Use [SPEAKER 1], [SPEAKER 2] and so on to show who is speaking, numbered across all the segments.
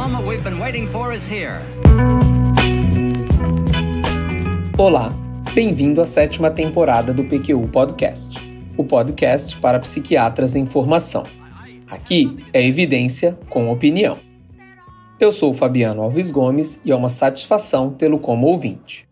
[SPEAKER 1] moment we've been waiting for is here.
[SPEAKER 2] Olá, bem-vindo à 7ª temporada do PQU Podcast, o podcast para psiquiatras em formação. Aqui é evidência com opinião. Eu sou o Fabiano Alves Gomes e é uma satisfação tê-lo como ouvinte.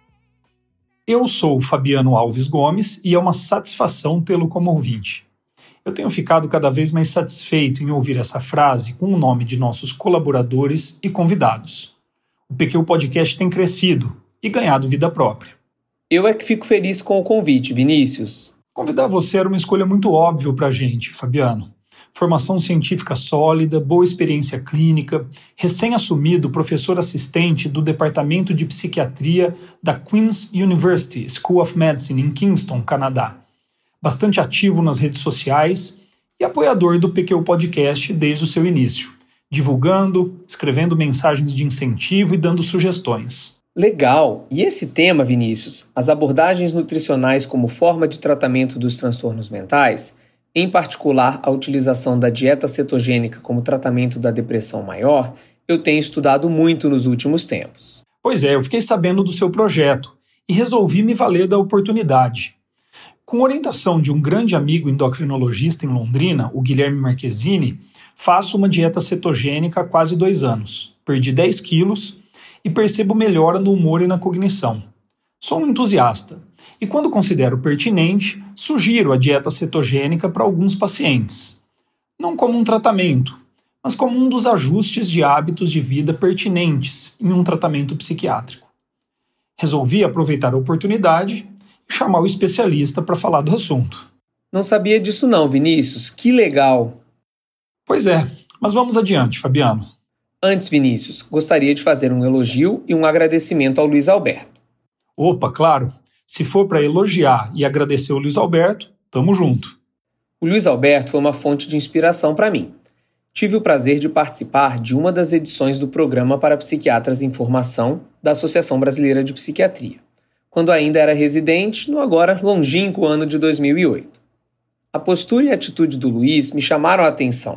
[SPEAKER 3] Eu sou o Fabiano Alves Gomes e é uma satisfação tê-lo como ouvinte. Eu tenho ficado cada vez mais satisfeito em ouvir essa frase com o nome de nossos colaboradores e convidados. O PQU Podcast tem crescido e ganhado vida própria.
[SPEAKER 2] Eu é que fico feliz com o convite, Vinícius.
[SPEAKER 3] Convidar você era uma escolha muito óbvia pra gente, Fabiano. Formação científica sólida, boa experiência clínica, recém-assumido professor assistente do Departamento de Psiquiatria da Queen's University School of Medicine em Kingston, Canadá. Bastante ativo nas redes sociais e apoiador do PQU Podcast desde o seu início, divulgando, escrevendo mensagens de incentivo e dando sugestões.
[SPEAKER 2] Legal! E esse tema, Vinícius, as abordagens nutricionais como forma de tratamento dos transtornos mentais, em particular a utilização da dieta cetogênica como tratamento da depressão maior, eu tenho estudado muito nos últimos tempos.
[SPEAKER 3] Pois é, eu fiquei sabendo do seu projeto e resolvi me valer da oportunidade. Com orientação de um grande amigo endocrinologista em Londrina, o Guilherme Marchesini, faço uma dieta cetogênica há quase 2 anos. Perdi 10 quilos e percebo melhora no humor e na cognição. Sou um entusiasta e, quando considero pertinente, sugiro a dieta cetogênica para alguns pacientes. Não como um tratamento, mas como um dos ajustes de hábitos de vida pertinentes em um tratamento psiquiátrico. Resolvi aproveitar a oportunidade e chamar o especialista para falar do assunto.
[SPEAKER 2] Não sabia disso não, Vinícius. Que legal!
[SPEAKER 3] Pois é, mas vamos adiante, Fabiano.
[SPEAKER 2] Antes, Vinícius, gostaria de fazer um elogio e um agradecimento ao Luiz Alberto.
[SPEAKER 3] Opa, claro. Se for para elogiar e agradecer o Luiz Alberto, tamo junto.
[SPEAKER 2] O Luiz Alberto foi uma fonte de inspiração para mim. Tive o prazer de participar de uma das edições do Programa para Psiquiatras em Formação da Associação Brasileira de Psiquiatria, quando ainda era residente, no agora longínquo ano de 2008. A postura e a atitude do Luiz me chamaram a atenção.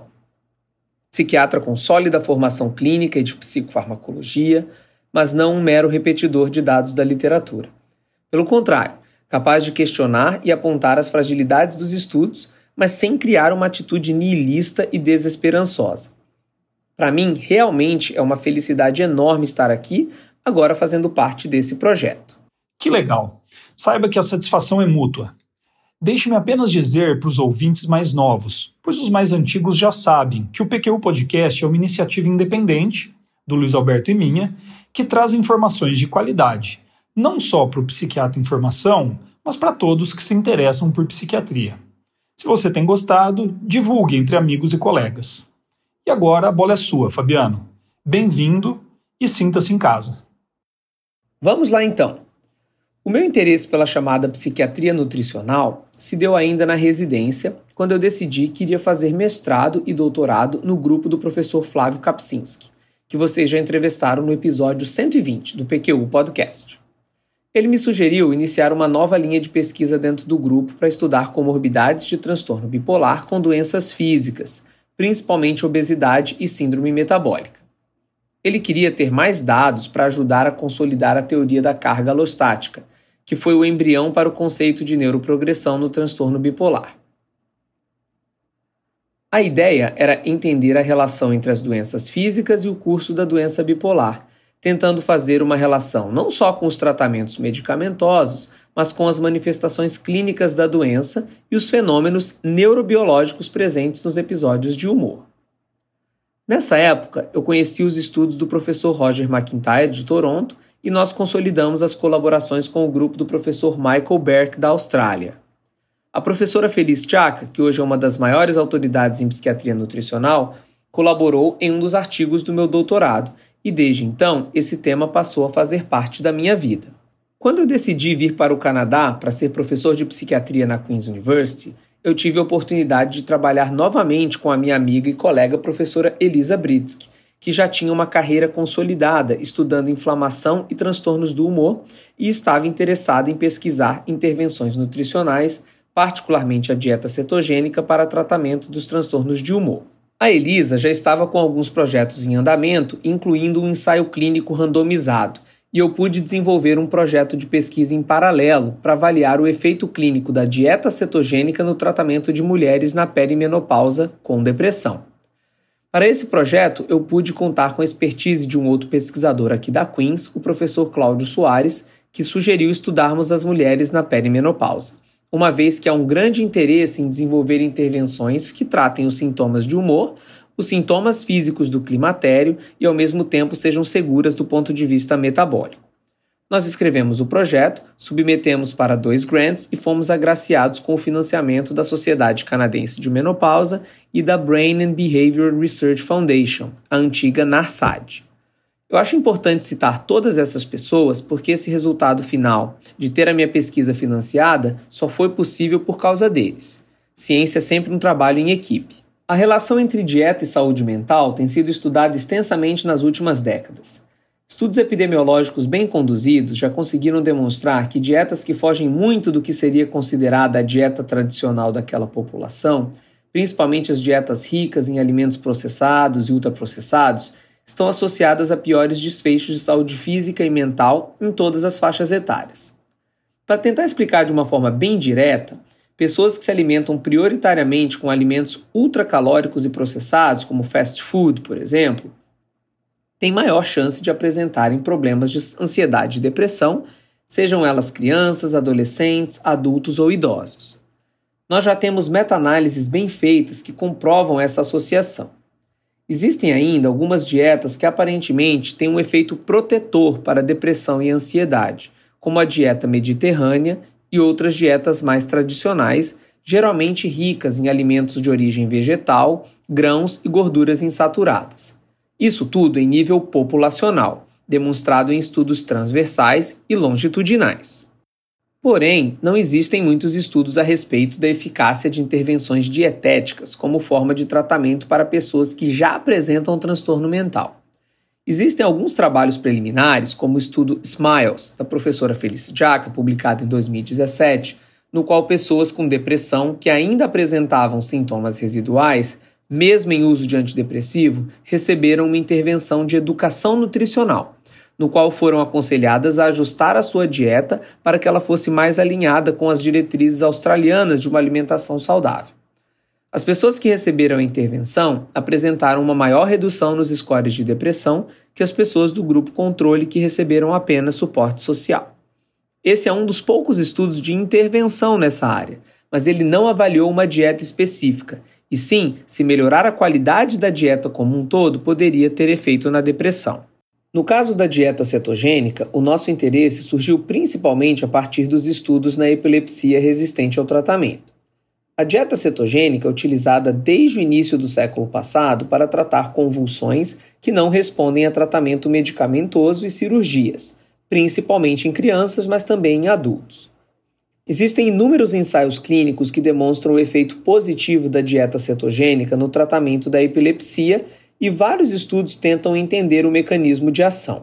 [SPEAKER 2] Psiquiatra com sólida formação clínica e de psicofarmacologia, mas não um mero repetidor de dados da literatura. Pelo contrário, capaz de questionar e apontar as fragilidades dos estudos, mas sem criar uma atitude nihilista e desesperançosa. Para mim, realmente é uma felicidade enorme estar aqui, agora fazendo parte desse projeto.
[SPEAKER 3] Que legal! Saiba que a satisfação é mútua. Deixe-me apenas dizer para os ouvintes mais novos, pois os mais antigos já sabem que o PQU Podcast é uma iniciativa independente, do Luiz Alberto e minha, que traz informações de qualidade, não só para o psiquiatra em formação, mas para todos que se interessam por psiquiatria. Se você tem gostado, divulgue entre amigos e colegas. E agora a bola é sua, Fabiano. Bem-vindo e sinta-se em casa.
[SPEAKER 2] Vamos lá então. O meu interesse pela chamada psiquiatria nutricional se deu ainda na residência, quando eu decidi que iria fazer mestrado e doutorado no grupo do professor Flávio Kapczynski, que vocês já entrevistaram no episódio 120 do PQU Podcast. Ele me sugeriu iniciar uma nova linha de pesquisa dentro do grupo para estudar comorbidades de transtorno bipolar com doenças físicas, principalmente obesidade e síndrome metabólica. Ele queria ter mais dados para ajudar a consolidar a teoria da carga alostática, que foi o embrião para o conceito de neuroprogressão no transtorno bipolar. A ideia era entender a relação entre as doenças físicas e o curso da doença bipolar, tentando fazer uma relação não só com os tratamentos medicamentosos, mas com as manifestações clínicas da doença e os fenômenos neurobiológicos presentes nos episódios de humor. Nessa época, eu conheci os estudos do professor Roger McIntyre, de Toronto, e nós consolidamos as colaborações com o grupo do professor Michael Berk, da Austrália. A professora Feliz Chaka, que hoje é uma das maiores autoridades em psiquiatria nutricional, colaborou em um dos artigos do meu doutorado, e desde então esse tema passou a fazer parte da minha vida. Quando eu decidi vir para o Canadá para ser professor de psiquiatria na Queen's University, eu tive a oportunidade de trabalhar novamente com a minha amiga e colega professora Elisa Britsky, que já tinha uma carreira consolidada estudando inflamação e transtornos do humor e estava interessada em pesquisar intervenções nutricionais, particularmente a dieta cetogênica para tratamento dos transtornos de humor. A Elisa já estava com alguns projetos em andamento, incluindo um ensaio clínico randomizado, e eu pude desenvolver um projeto de pesquisa em paralelo para avaliar o efeito clínico da dieta cetogênica no tratamento de mulheres na perimenopausa com depressão. Para esse projeto, eu pude contar com a expertise de um outro pesquisador aqui da Queens, o professor Cláudio Soares, que sugeriu estudarmos as mulheres na perimenopausa, uma vez que há um grande interesse em desenvolver intervenções que tratem os sintomas de humor, os sintomas físicos do climatério e, ao mesmo tempo, sejam seguras do ponto de vista metabólico. Nós escrevemos o projeto, submetemos para 2 grants e fomos agraciados com o financiamento da Sociedade Canadense de Menopausa e da Brain and Behavior Research Foundation, a antiga NARSAD. Eu acho importante citar todas essas pessoas porque esse resultado final de ter a minha pesquisa financiada só foi possível por causa deles. Ciência é sempre um trabalho em equipe. A relação entre dieta e saúde mental tem sido estudada extensamente nas últimas décadas. Estudos epidemiológicos bem conduzidos já conseguiram demonstrar que dietas que fogem muito do que seria considerada a dieta tradicional daquela população, principalmente as dietas ricas em alimentos processados e ultraprocessados, estão associadas a piores desfechos de saúde física e mental em todas as faixas etárias. Para tentar explicar de uma forma bem direta, pessoas que se alimentam prioritariamente com alimentos ultracalóricos e processados, como fast food, por exemplo, têm maior chance de apresentarem problemas de ansiedade e depressão, sejam elas crianças, adolescentes, adultos ou idosos. Nós já temos meta-análises bem feitas que comprovam essa associação. Existem ainda algumas dietas que aparentemente têm um efeito protetor para depressão e ansiedade, como a dieta mediterrânea e outras dietas mais tradicionais, geralmente ricas em alimentos de origem vegetal, grãos e gorduras insaturadas. Isso tudo em nível populacional, demonstrado em estudos transversais e longitudinais. Porém, não existem muitos estudos a respeito da eficácia de intervenções dietéticas como forma de tratamento para pessoas que já apresentam um transtorno mental. Existem alguns trabalhos preliminares, como o estudo SMILES, da professora Felice Giacca, publicado em 2017, no qual pessoas com depressão que ainda apresentavam sintomas residuais, mesmo em uso de antidepressivo, receberam uma intervenção de educação nutricional, no qual foram aconselhadas a ajustar a sua dieta para que ela fosse mais alinhada com as diretrizes australianas de uma alimentação saudável. As pessoas que receberam a intervenção apresentaram uma maior redução nos scores de depressão que as pessoas do grupo controle que receberam apenas suporte social. Esse é um dos poucos estudos de intervenção nessa área, mas ele não avaliou uma dieta específica, e sim, se melhorar a qualidade da dieta como um todo, poderia ter efeito na depressão. No caso da dieta cetogênica, o nosso interesse surgiu principalmente a partir dos estudos na epilepsia resistente ao tratamento. A dieta cetogênica é utilizada desde o início do século passado para tratar convulsões que não respondem a tratamento medicamentoso e cirurgias, principalmente em crianças, mas também em adultos. Existem inúmeros ensaios clínicos que demonstram o efeito positivo da dieta cetogênica no tratamento da epilepsia e vários estudos tentam entender o mecanismo de ação.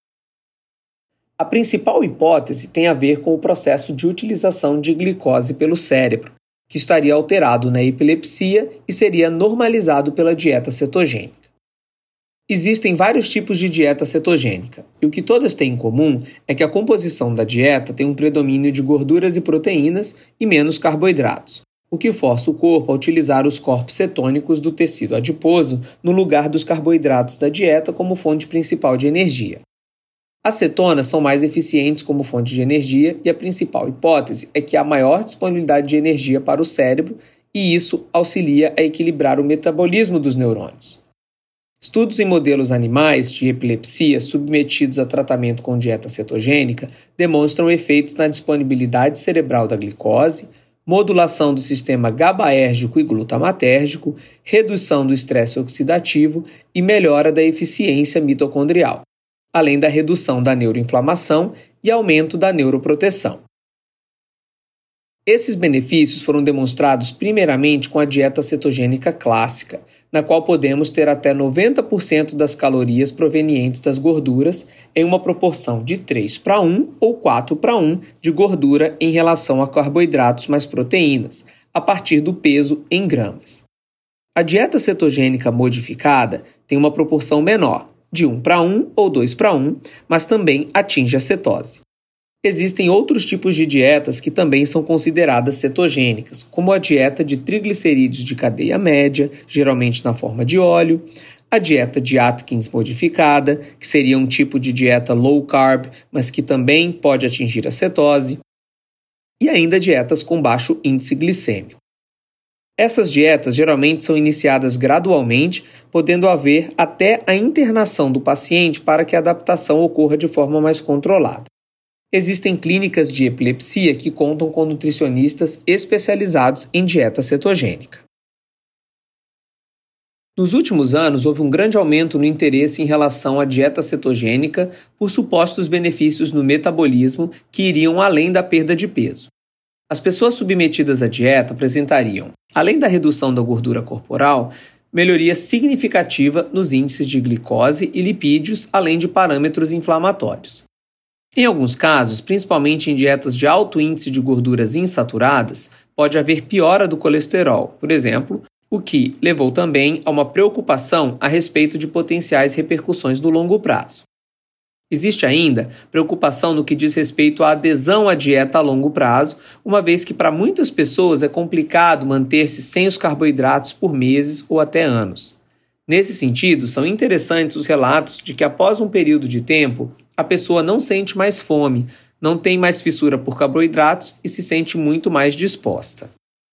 [SPEAKER 2] A principal hipótese tem a ver com o processo de utilização de glicose pelo cérebro, que estaria alterado na epilepsia e seria normalizado pela dieta cetogênica. Existem vários tipos de dieta cetogênica, e o que todas têm em comum é que a composição da dieta tem um predomínio de gorduras e proteínas e menos carboidratos, o que força o corpo a utilizar os corpos cetônicos do tecido adiposo no lugar dos carboidratos da dieta como fonte principal de energia. As cetonas são mais eficientes como fonte de energia e a principal hipótese é que há maior disponibilidade de energia para o cérebro e isso auxilia a equilibrar o metabolismo dos neurônios. Estudos em modelos animais de epilepsia submetidos a tratamento com dieta cetogênica demonstram efeitos na disponibilidade cerebral da glicose, modulação do sistema GABAérgico e glutamatérgico, redução do estresse oxidativo e melhora da eficiência mitocondrial, além da redução da neuroinflamação e aumento da neuroproteção. Esses benefícios foram demonstrados primeiramente com a dieta cetogênica clássica, na qual podemos ter até 90% das calorias provenientes das gorduras em uma proporção de 3:1 ou 4:1 de gordura em relação a carboidratos mais proteínas, a partir do peso em gramas. A dieta cetogênica modificada tem uma proporção menor, de 1:1 ou 2:1, mas também atinge a cetose. Existem outros tipos de dietas que também são consideradas cetogênicas, como a dieta de triglicerídeos de cadeia média, geralmente na forma de óleo, a dieta de Atkins modificada, que seria um tipo de dieta low carb, mas que também pode atingir a cetose, e ainda dietas com baixo índice glicêmico. Essas dietas geralmente são iniciadas gradualmente, podendo haver até a internação do paciente para que a adaptação ocorra de forma mais controlada. Existem clínicas de epilepsia que contam com nutricionistas especializados em dieta cetogênica. Nos últimos anos, houve um grande aumento no interesse em relação à dieta cetogênica por supostos benefícios no metabolismo que iriam além da perda de peso. As pessoas submetidas à dieta apresentariam, além da redução da gordura corporal, melhoria significativa nos índices de glicose e lipídios, além de parâmetros inflamatórios. Em alguns casos, principalmente em dietas de alto índice de gorduras insaturadas, pode haver piora do colesterol, por exemplo, o que levou também a uma preocupação a respeito de potenciais repercussões no longo prazo. Existe ainda preocupação no que diz respeito à adesão à dieta a longo prazo, uma vez que para muitas pessoas é complicado manter-se sem os carboidratos por meses ou até anos. Nesse sentido, são interessantes os relatos de que após um período de tempo, a pessoa não sente mais fome, não tem mais fissura por carboidratos e se sente muito mais disposta.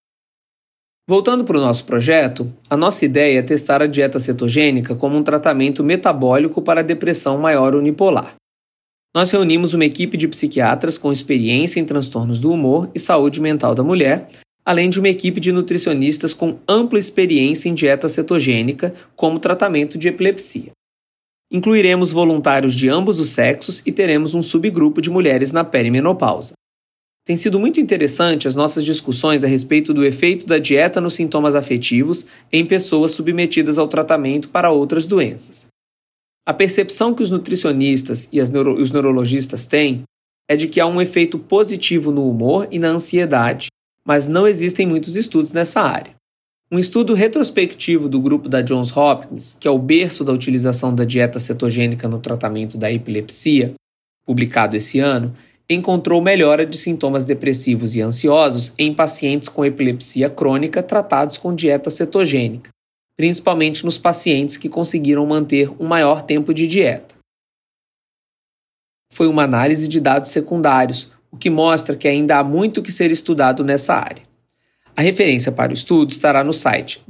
[SPEAKER 2] Voltando para o nosso projeto, a nossa ideia é testar a dieta cetogênica como um tratamento metabólico para a depressão maior unipolar. Nós reunimos uma equipe de psiquiatras com experiência em transtornos do humor e saúde mental da mulher, além de uma equipe de nutricionistas com ampla experiência em dieta cetogênica como tratamento de epilepsia. Incluiremos voluntários de ambos os sexos e teremos um subgrupo de mulheres na perimenopausa. Tem sido muito interessante as nossas discussões a respeito do efeito da dieta nos sintomas afetivos em pessoas submetidas ao tratamento para outras doenças. A percepção que os nutricionistas e os neurologistas têm é de que há um efeito positivo no humor e na ansiedade, mas não existem muitos estudos nessa área. Um estudo retrospectivo do grupo da Johns Hopkins, que é o berço da utilização da dieta cetogênica no tratamento da epilepsia, publicado esse ano, encontrou melhora de sintomas depressivos e ansiosos em pacientes com epilepsia crônica tratados com dieta cetogênica, principalmente nos pacientes que conseguiram manter um maior tempo de dieta. Foi uma análise de dados secundários, o que mostra que ainda há muito que ser estudado nessa área. A referência para o estudo estará no site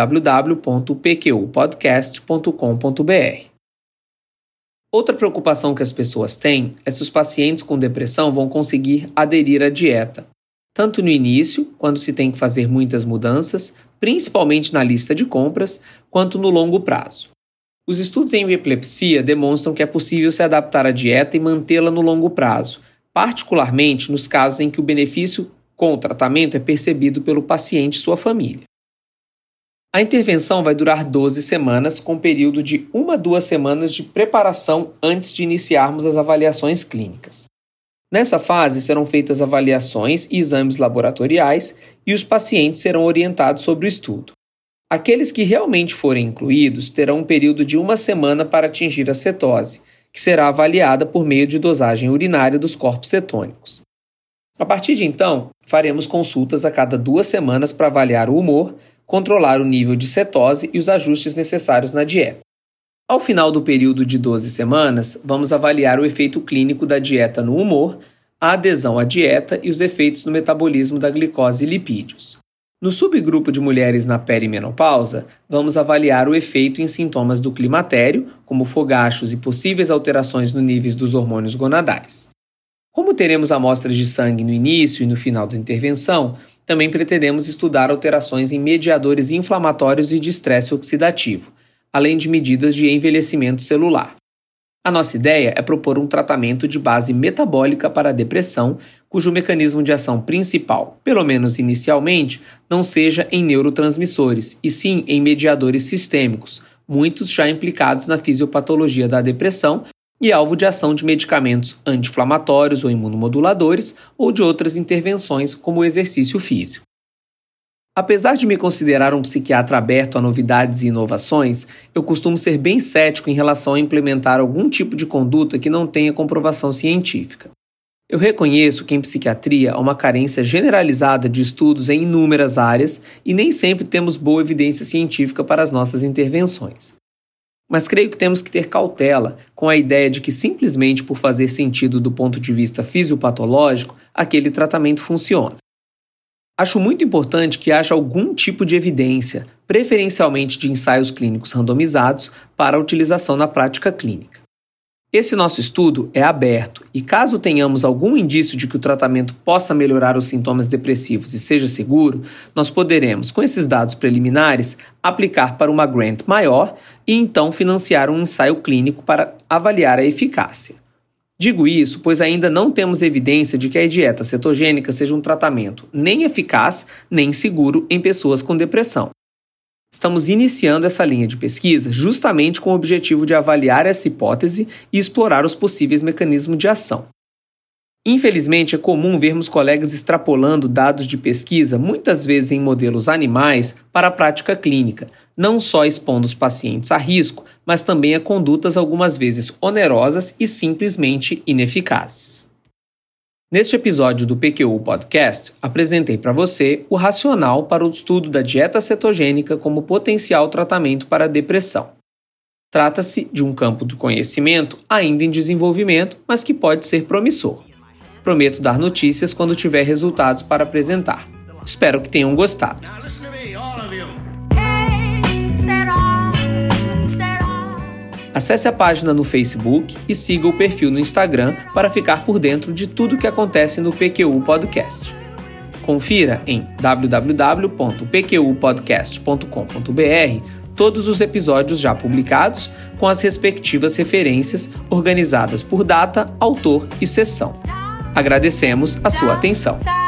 [SPEAKER 2] www.pqpodcast.com.br. Outra preocupação que as pessoas têm é se os pacientes com depressão vão conseguir aderir à dieta, tanto no início, quando se tem que fazer muitas mudanças, principalmente na lista de compras, quanto no longo prazo. Os estudos em epilepsia demonstram que é possível se adaptar à dieta e mantê-la no longo prazo, particularmente nos casos em que o benefício com o tratamento é percebido pelo paciente e sua família. A intervenção vai durar 12 semanas, com período de 1 a 2 semanas de preparação antes de iniciarmos as avaliações clínicas. Nessa fase serão feitas avaliações e exames laboratoriais e os pacientes serão orientados sobre o estudo. Aqueles que realmente forem incluídos terão um período de 1 semana para atingir a cetose, que será avaliada por meio de dosagem urinária dos corpos cetônicos. A partir de então, faremos consultas a cada 2 semanas para avaliar o humor, controlar o nível de cetose e os ajustes necessários na dieta. Ao final do período de 12 semanas, vamos avaliar o efeito clínico da dieta no humor, a adesão à dieta e os efeitos no metabolismo da glicose e lipídios. No subgrupo de mulheres na perimenopausa, vamos avaliar o efeito em sintomas do climatério, como fogachos e possíveis alterações no níveis dos hormônios gonadais. Como teremos amostras de sangue no início e no final da intervenção, também pretendemos estudar alterações em mediadores inflamatórios e de estresse oxidativo, além de medidas de envelhecimento celular. A nossa ideia é propor um tratamento de base metabólica para a depressão, cujo mecanismo de ação principal, pelo menos inicialmente, não seja em neurotransmissores, e sim em mediadores sistêmicos, muitos já implicados na fisiopatologia da depressão e alvo de ação de medicamentos anti-inflamatórios ou imunomoduladores ou de outras intervenções como o exercício físico. Apesar de me considerar um psiquiatra aberto a novidades e inovações, eu costumo ser bem cético em relação a implementar algum tipo de conduta que não tenha comprovação científica. Eu reconheço que em psiquiatria há uma carência generalizada de estudos em inúmeras áreas e nem sempre temos boa evidência científica para as nossas intervenções. Mas creio que temos que ter cautela com a ideia de que simplesmente por fazer sentido do ponto de vista fisiopatológico, aquele tratamento funciona. Acho muito importante que haja algum tipo de evidência, preferencialmente de ensaios clínicos randomizados, para a utilização na prática clínica. Esse nosso estudo é aberto e, caso tenhamos algum indício de que o tratamento possa melhorar os sintomas depressivos e seja seguro, nós poderemos, com esses dados preliminares, aplicar para uma grant maior e então financiar um ensaio clínico para avaliar a eficácia. Digo isso pois ainda não temos evidência de que a dieta cetogênica seja um tratamento nem eficaz nem seguro em pessoas com depressão. Estamos iniciando essa linha de pesquisa justamente com o objetivo de avaliar essa hipótese e explorar os possíveis mecanismos de ação. Infelizmente, é comum vermos colegas extrapolando dados de pesquisa, muitas vezes em modelos animais, para a prática clínica, não só expondo os pacientes a risco, mas também a condutas algumas vezes onerosas e simplesmente ineficazes. Neste episódio do PQU Podcast, apresentei para você o racional para o estudo da dieta cetogênica como potencial tratamento para a depressão. Trata-se de um campo do conhecimento ainda em desenvolvimento, mas que pode ser promissor. Prometo dar notícias quando tiver resultados para apresentar. Espero que tenham gostado. Acesse a página no Facebook e siga o perfil no Instagram para ficar por dentro de tudo o que acontece no PQU Podcast. Confira em www.pqpodcast.com.br todos os episódios já publicados, com as respectivas referências organizadas por data, autor e sessão. Agradecemos a sua atenção.